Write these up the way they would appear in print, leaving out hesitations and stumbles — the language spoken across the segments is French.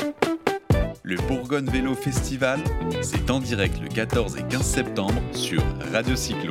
Le Bourgogne Vélo Festival, c'est en direct le 14 et 15 septembre sur Radio Cyclo.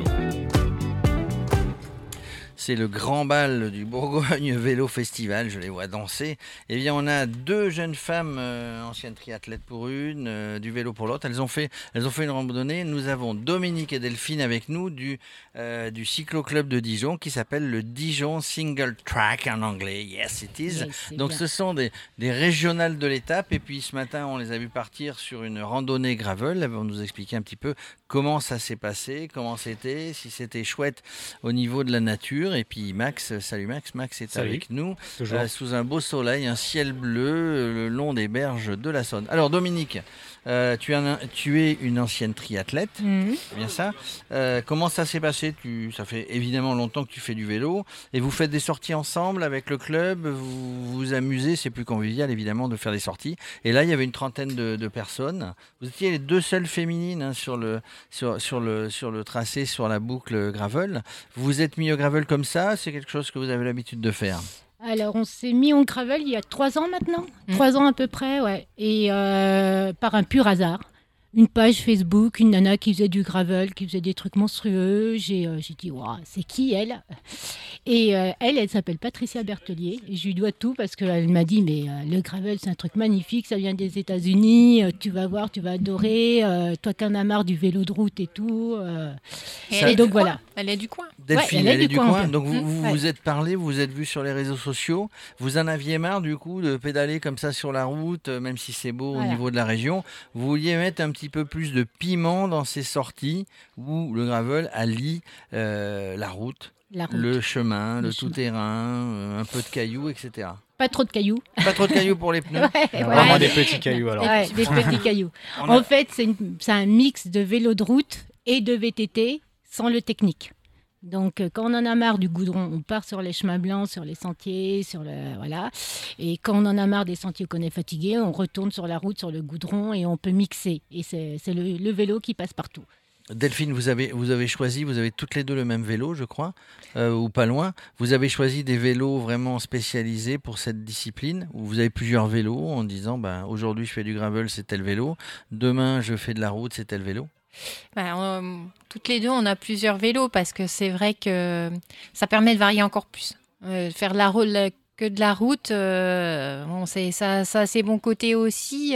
C'est le grand bal du Bourgogne Vélo Festival, je les vois danser. Eh bien, on a deux jeunes femmes, anciennes triathlètes pour une, du vélo pour l'autre. Elles ont fait une randonnée. Nous avons Dominique et Delphine avec nous du cyclo-club de Dijon qui s'appelle le Dijon Single Track en anglais. Yes, it is. Yes, Donc, bien. ce sont des régionales de l'étape. Et puis, ce matin, on les a vus partir sur une randonnée gravel. Elles vont nous expliquer un petit peu comment ça s'est passé, comment c'était, si c'était chouette au niveau de la nature. Et puis Max, salut Max est Salut. avec nous Toujours. sous un beau soleil, un ciel bleu le long des berges de la Saône. Alors Dominique, tu es une ancienne triathlète, c'est bien ça. Comment ça s'est passé? Ça fait évidemment longtemps que tu fais du vélo et vous faites des sorties ensemble avec le club, vous vous amusez, c'est plus convivial évidemment de faire des sorties. Et là il y avait une trentaine de personnes. Vous étiez les deux seules féminines sur le tracé, sur la boucle gravel. Vous vous êtes mis au gravel comme ça, c'est quelque chose que vous avez l'habitude de faire? Alors, on s'est mis en gravel il y a 3 ans maintenant. 3 ans à peu près, ouais. Et par un pur hasard. Une page Facebook, une nana qui faisait du gravel, qui faisait des trucs monstrueux. J'ai dit, waouh, c'est qui elle? Et elle s'appelle Patricia Bertelier. Et je lui dois tout parce qu'elle m'a dit, mais le gravel, c'est un truc magnifique, ça vient des États-Unis, tu vas voir, tu vas adorer. Toi qui en as marre du vélo de route et tout. Et donc voilà. Elle est du coin. Delphine, Ouais, elle est du coin. Donc vous Ouais. vous êtes parlé, vous vous êtes vu sur les réseaux sociaux. Vous en aviez marre du coup de pédaler comme ça sur la route, même si c'est beau Voilà. au niveau de la région. Vous vouliez mettre un petit peu plus de piment dans ces sorties où le gravel allie la route, La route. le chemin, le Le chemin. tout-terrain, un peu de cailloux, etc. Pas trop de cailloux. Pas trop de cailloux pour les pneus. Vraiment des petits cailloux alors. Ouais, des petits cailloux. On a- En fait, c'est un mix de vélo de route et de VTT sans le technique. Donc, quand on en a marre du goudron, on part sur les chemins blancs, sur les sentiers, voilà. Et quand on en a marre des sentiers qu'on est fatigué, on retourne sur la route, sur le goudron et on peut mixer. Et c'est le vélo qui passe partout. Delphine, vous avez choisi, vous avez toutes les deux le même vélo, je crois, ou pas loin. Vous avez choisi des vélos vraiment spécialisés pour cette discipline, où vous avez plusieurs vélos en disant, aujourd'hui je fais du gravel, c'est tel vélo, demain je fais de la route, c'est tel vélo. Toutes les deux, on a plusieurs vélos parce que c'est vrai que ça permet de varier encore plus. Faire de la route que de la route, ça a ses bons côtés aussi.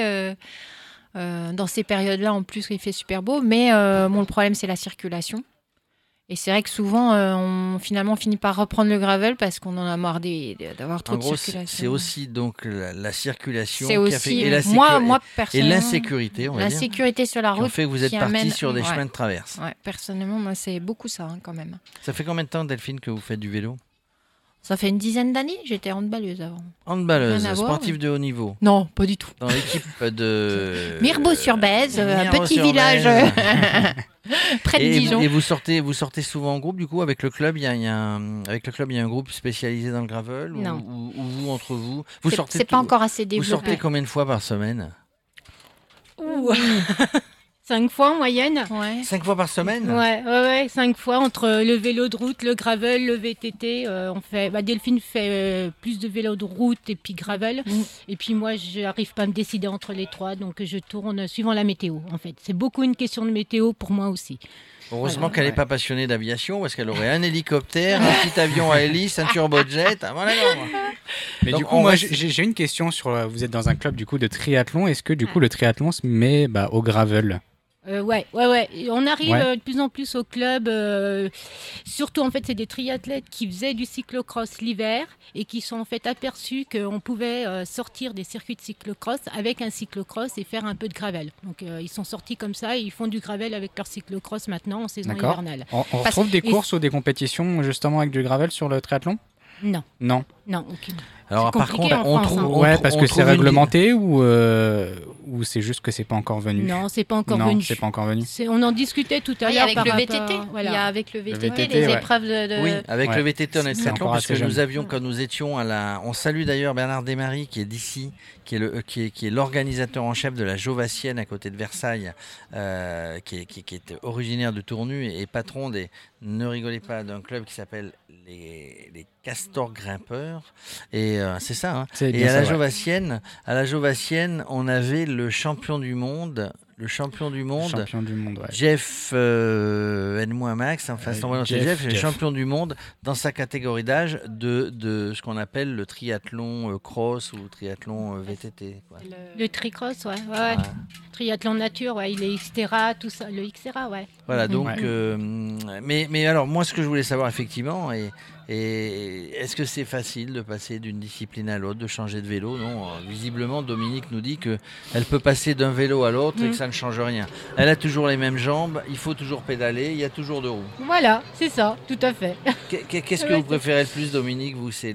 Dans ces périodes-là, en plus, il fait super beau. Mais le problème, c'est la circulation. Et c'est vrai que souvent, on finalement finit par reprendre le gravel parce qu'on en a marre d'avoir trop En de gros, circulation. c'est aussi donc la circulation C'est qui a aussi, fait, et moi et personnellement, l'insécurité, on va la dire, sécurité sur la qui ont route fait que vous êtes qui partis amène- sur des ouais. chemins de traverse. Ouais, personnellement, moi, c'est beaucoup ça, quand même. Ça fait combien de temps, Delphine, que vous faites du vélo? Ça fait une dizaine d'années, j'étais handballeuse avant. Handballeuse, Rien à voir, sportive de haut niveau, Non, pas du tout. dans l'équipe de... Mirbeau-sur-Bèze, un petit Mirbeau-sur-Bèze. village près de Et Dijon. vous sortez souvent en groupe, du coup, avec le club, il y a un groupe spécialisé dans le gravel Non. ou vous, entre vous C'est pas encore assez Vous sortez développé. combien de fois par semaine? Ouh. 5 fois en moyenne. Ouais. 5 fois par semaine? Ouais, 5 fois entre le vélo de route, le gravel, le VTT. On fait, Delphine fait plus de vélo de route et puis gravel. Et puis moi, je n'arrive pas à me décider entre les trois, donc je tourne suivant la météo. En fait, c'est beaucoup une question de météo pour moi aussi. Heureusement Voilà, qu'elle n'est pas passionnée d'aviation, parce qu'elle aurait un hélicoptère, un petit avion à hélice, un turbojet. Ah, voilà, non. Mais Donc, du coup, on moi, va- j'ai une question sur. Vous êtes dans un club du coup de triathlon. Est-ce que du coup le triathlon se met au gravel? Ouais. Et on arrive de plus en plus au club. Surtout, en fait, c'est des triathlètes qui faisaient du cyclocross l'hiver et qui sont en fait aperçus qu'on pouvait sortir des circuits de cyclocross avec un cyclocross et faire un peu de gravel. Donc, ils sont sortis comme ça et ils font du gravel avec leur cyclocross maintenant en saison D'accord. hivernale. On retrouve des et- courses ou des compétitions justement avec du gravel sur le triathlon? Non, Non. aucune. Alors, C'est par compliqué contre, en on France, trouve. hein. on Ouais, trou- parce on que c'est trouve une- réglementé ou c'est juste que c'est pas encore venu? Non, c'est pas encore Non, venu. c'est pas encore venu. On en discutait tout à Oui, l'heure avec par le rapport- VTT. voilà. Il y a avec le VTT, VTT, les ouais. épreuves de... Oui, avec Ouais. le VTT, on est C'est triathlon, encore parce que assez nous jeune. avions, quand nous étions on salue d'ailleurs Bernard Desmaris, qui est d'ici, qui est l'organisateur en chef de la Jovassienne à côté de Versailles, qui est originaire de Tournu et patron des ne rigolez pas, d'un club qui s'appelle les Castors Grimpeurs. Et c'est ça. Hein. C'est Et bien à ça, la Jovassienne, on avait le champion du monde. Champion du monde, ouais. Jeff, aide-moi Max, enfin c'est Jeff, Jeff. champion du monde dans sa catégorie d'âge de ce qu'on appelle le triathlon cross ou triathlon VTT. Quoi. Le tricross, ouais. Triathlon nature, ouais, il est Xterra, tout ça, le Xterra, ouais. Voilà, donc, Ouais. mais alors moi ce que je voulais savoir effectivement, et est-ce que c'est facile de passer d'une discipline à l'autre, de changer de vélo? Non, visiblement Dominique nous dit qu'elle peut passer d'un vélo à l'autre et que ça ne change rien. Elle a toujours les mêmes jambes, il faut toujours pédaler, il y a toujours deux roues. Voilà, c'est ça, tout à fait. Qu'est-ce que vous préférez le plus, Dominique? Vous, c'est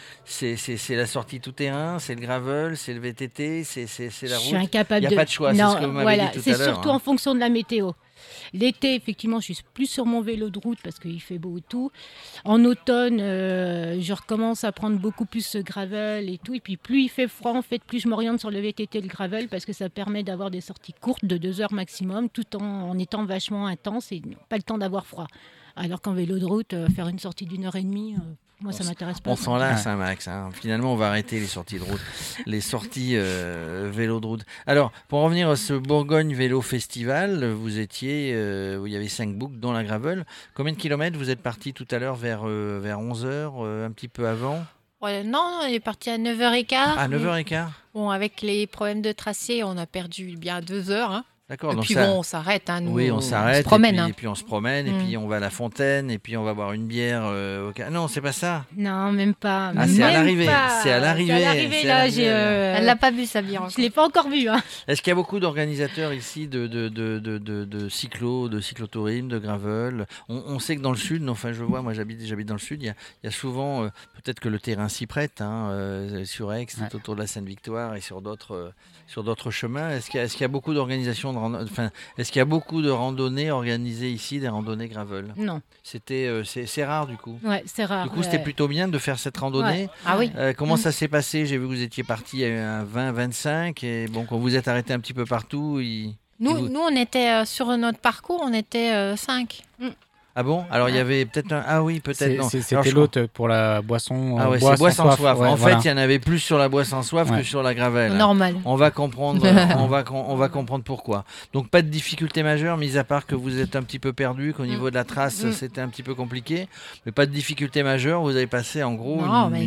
la sortie tout terrain, c'est le gravel, c'est le VTT, c'est la route. Je suis incapable Il n'y a pas de choix, c'est ce que vous m'avez dit tout à c'est l'heure. surtout en fonction de la météo. L'été, effectivement, je suis plus sur mon vélo de route parce qu'il fait beau et tout. En automne, je recommence à prendre beaucoup plus ce gravel et tout. Et puis plus il fait froid, en fait, plus je m'oriente sur le VTT et le gravel parce que ça permet d'avoir des sorties courtes de 2 heures maximum tout en étant vachement intense et pas le temps d'avoir froid. Alors qu'en vélo de route, faire une sortie d'1 heure et demie, moi ça m'intéresse pas. On s'en lasse, hein, Max. Hein. Finalement, on va arrêter les sorties de route, les sorties vélo de route. Alors, pour revenir à ce Bourgogne Vélo Festival, vous étiez, où il y avait 5 boucles, dont la gravel. Combien de kilomètres vous êtes parti tout à l'heure vers 11h, un petit peu avant? Ouais, non, on est parti à 9h15. À 9h15. Bon, avec les problèmes de tracé, on a perdu bien 2 heures. Hein. D'accord. Et donc puis ça... bon, on s'arrête. Hein, nous, Oui, on s'arrête. se promène. Et puis on se promène, et puis on va à la fontaine, et puis on va boire une bière. Non, c'est pas ça. Non, même pas. Ah, c'est à Même l'arrivée. pas. C'est à l'arrivée. C'est à l'arrivée, là. Elle l'a pas bu, sa bière. Je l'ai pas encore vu. Hein. Est-ce qu'il y a beaucoup d'organisateurs ici de cyclotourisme, de gravel? On sait que dans le sud, enfin je vois, moi j'habite dans le sud, il y a souvent, peut-être que le terrain s'y prête, sur Aix, tout autour de la Sainte-Victoire et sur d'autres chemins. Est-ce qu'il y a beaucoup d'organisations est-ce qu'il y a beaucoup de randonnées organisées ici, des randonnées gravel? Non. C'est rare du coup. Ouais, c'est rare. Du coup, c'était plutôt bien de faire cette randonnée. Ouais. Ah oui. Comment ça s'est passé? J'ai vu que vous étiez parti à 20-25 et bon, quand vous êtes arrêté un petit peu partout, Nous, on était sur notre parcours, on était 5. Ah bon? Alors, il y avait peut-être un... Ah oui, peut-être non. C'était l'autre pour la boisson. Ah ouais, c'est bois sans soif. Ouais, en voilà. fait, il y en avait plus sur la bois sans soif que sur la gravel. Normal. On va comprendre, on va comprendre pourquoi. Donc, pas de difficulté majeure, mis à part que vous êtes un petit peu perdu, qu'au niveau de la trace, c'était un petit peu compliqué. Mais pas de difficulté majeure, vous avez passé en gros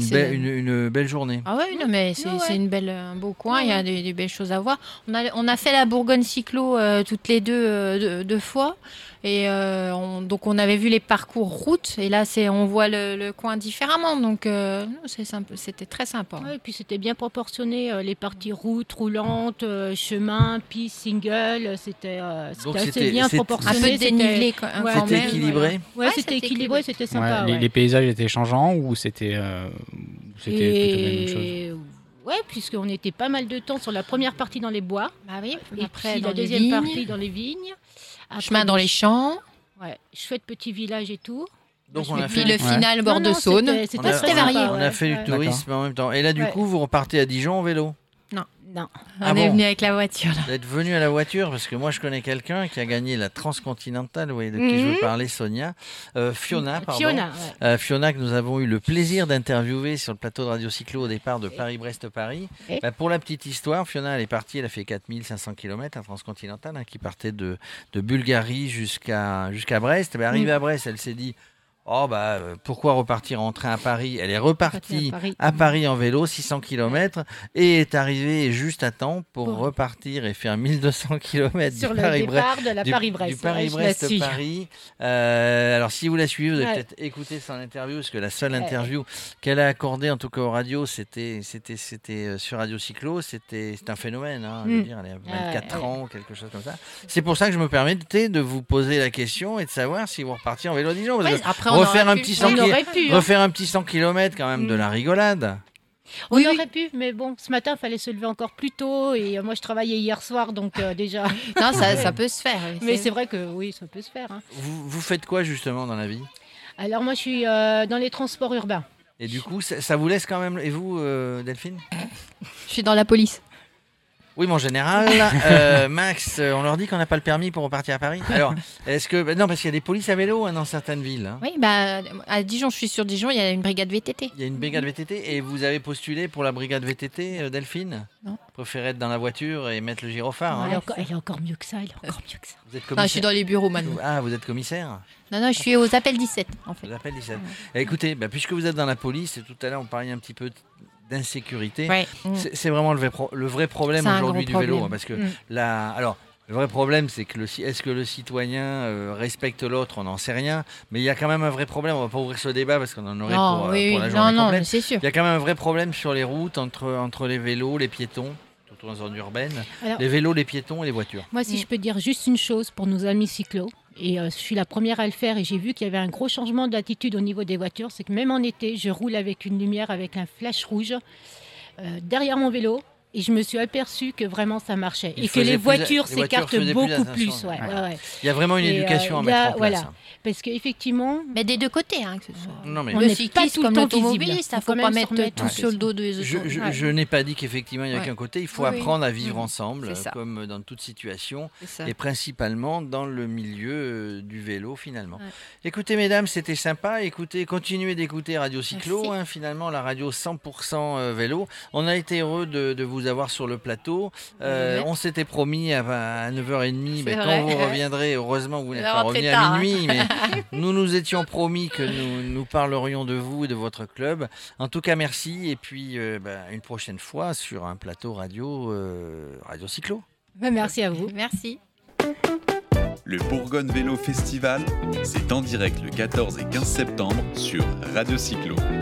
une belle journée. Ah ouais, non, mais c'est un beau coin, il y a des belles choses à voir. On a fait la Bourgogne Cyclo toutes les deux fois. Et donc on avait vu les parcours route et là on voit le coin différemment, donc c'était très sympa. Ouais, et puis c'était bien proportionné, les parties route, roulante, chemin, piste, single, c'était assez bien proportionné. Un peu dénivelé quand même. C'était équilibré. Ouais, c'était équilibré, c'était sympa. Les paysages étaient changeants ou c'était plutôt la même chose? Ouais, puisqu'on était pas mal de temps sur la première partie dans les bois. Bah oui. Et après puis dans la les deuxième vignes. partie dans les vignes. Après, Chemin dans les champs. Ouais, chouette petit village et tout. Donc et puis le final bord de Saône. C'était varié. On a fait du tourisme en même temps. Et là, du coup, vous repartez à Dijon en vélo? Non. On est venu avec la voiture. Là. Vous êtes venu à la voiture parce que moi je connais quelqu'un qui a gagné la Transcontinentale, de qui je veux parler, Sonia. Fiona, pardon. Fiona, que nous avons eu le plaisir d'interviewer sur le plateau de Radio Cyclo au départ de Paris-Brest-Paris. Pour la petite histoire, Fiona, elle est partie, elle a fait 4500 km à Transcontinentale, qui partait de Bulgarie jusqu'à Brest. Arrivée à Brest, elle s'est dit... pourquoi repartir en train à Paris? Elle est repartie à Paris en vélo, 600 km, et est arrivée juste à temps pour repartir et faire 1200 km sur le départ de la Paris-Brest. Du Paris-Brest-Paris. Alors, si vous la suivez, vous avez peut-être écouté son interview, parce que la seule interview qu'elle a accordée, en tout cas aux radios, c'était sur Radio Cyclo. C'est un phénomène. Je veux dire, elle a 24 ans, quelque chose comme ça. C'est pour ça que je me permettais de vous poser la question et de savoir si vous repartiez en vélo à Dijon. Refaire un petit 100 km quand même, de la rigolade. On aurait pu, mais bon, ce matin, il fallait se lever encore plus tôt et moi, je travaillais hier soir, donc déjà... Non, ça peut se faire. Mais c'est vrai que oui, ça peut se faire. Hein. Vous faites quoi justement dans la vie? Alors moi, je suis dans les transports urbains. Et du coup, ça vous laisse quand même... Et vous, Delphine? Je suis dans la police. Oui, mais en général, Max, on leur dit qu'on n'a pas le permis pour repartir à Paris. Alors, est-ce que... non, parce qu'il y a des polices à vélo dans certaines villes. Hein. Oui, à Dijon, je suis sur Dijon, il y a une brigade VTT. Il y a une brigade VTT et vous avez postulé pour la brigade VTT, Delphine ? Non. Vous préférez être dans la voiture et mettre le gyrophare. Elle, Hein. Elle est encore mieux que ça. Elle est encore mieux que ça. Vous êtes Non, je suis dans les bureaux maintenant. Ah, vous êtes commissaire ? Non, je suis aux appels 17 en fait. Je vous appelle 17. Écoutez, puisque vous êtes dans la police, et tout à l'heure on parlait un petit peu d'insécurité, Ouais. c'est vraiment le vrai problème C'est un aujourd'hui gros du vélo. problème. Hein, parce que alors, le vrai problème, c'est que est-ce que le citoyen respecte l'autre, on n'en sait rien. Mais il y a quand même un vrai problème, on ne va pas ouvrir ce débat parce qu'on en aurait pour la journée complète. C'est sûr. Il y a quand même un vrai problème sur les routes entre les vélos, les piétons, surtout en zone urbaine, les vélos, les piétons et les voitures. Moi, si je peux dire juste une chose pour nos amis cyclos, et je suis la première à le faire, et j'ai vu qu'il y avait un gros changement d'attitude au niveau des voitures, c'est que même en été, je roule avec une lumière, avec un flash rouge derrière mon vélo. Et je me suis aperçue que vraiment ça marchait. Et que les voitures s'écartent beaucoup plus. Ouais. Il y a vraiment une éducation à mettre en place. Voilà. Parce qu'effectivement... Mais des deux côtés, que ce soit. Non, mais... Le cycliste comme l'automobiliste, il ne faut pas mettre tout sur le dos des autos. Je n'ai pas dit qu'effectivement il n'y a qu'un côté. Il faut apprendre à vivre ensemble, comme dans toute situation. Et principalement dans le milieu du vélo, finalement. Ouais. Écoutez, mesdames, c'était sympa. Continuez d'écouter Radio Cyclo, finalement, la radio 100% vélo. On a été heureux de vous avoir sur le plateau. On s'était promis à 9h30, quand vous reviendrez, heureusement que vous n'êtes pas revenu à minuit, mais nous étions promis que nous parlerions de vous et de votre club. En tout cas, merci, et puis une prochaine fois sur un plateau Radio Cyclo. Merci à vous. Merci. Le Bourgogne Vélo Festival, c'est en direct le 14 et 15 septembre sur Radio Cyclo.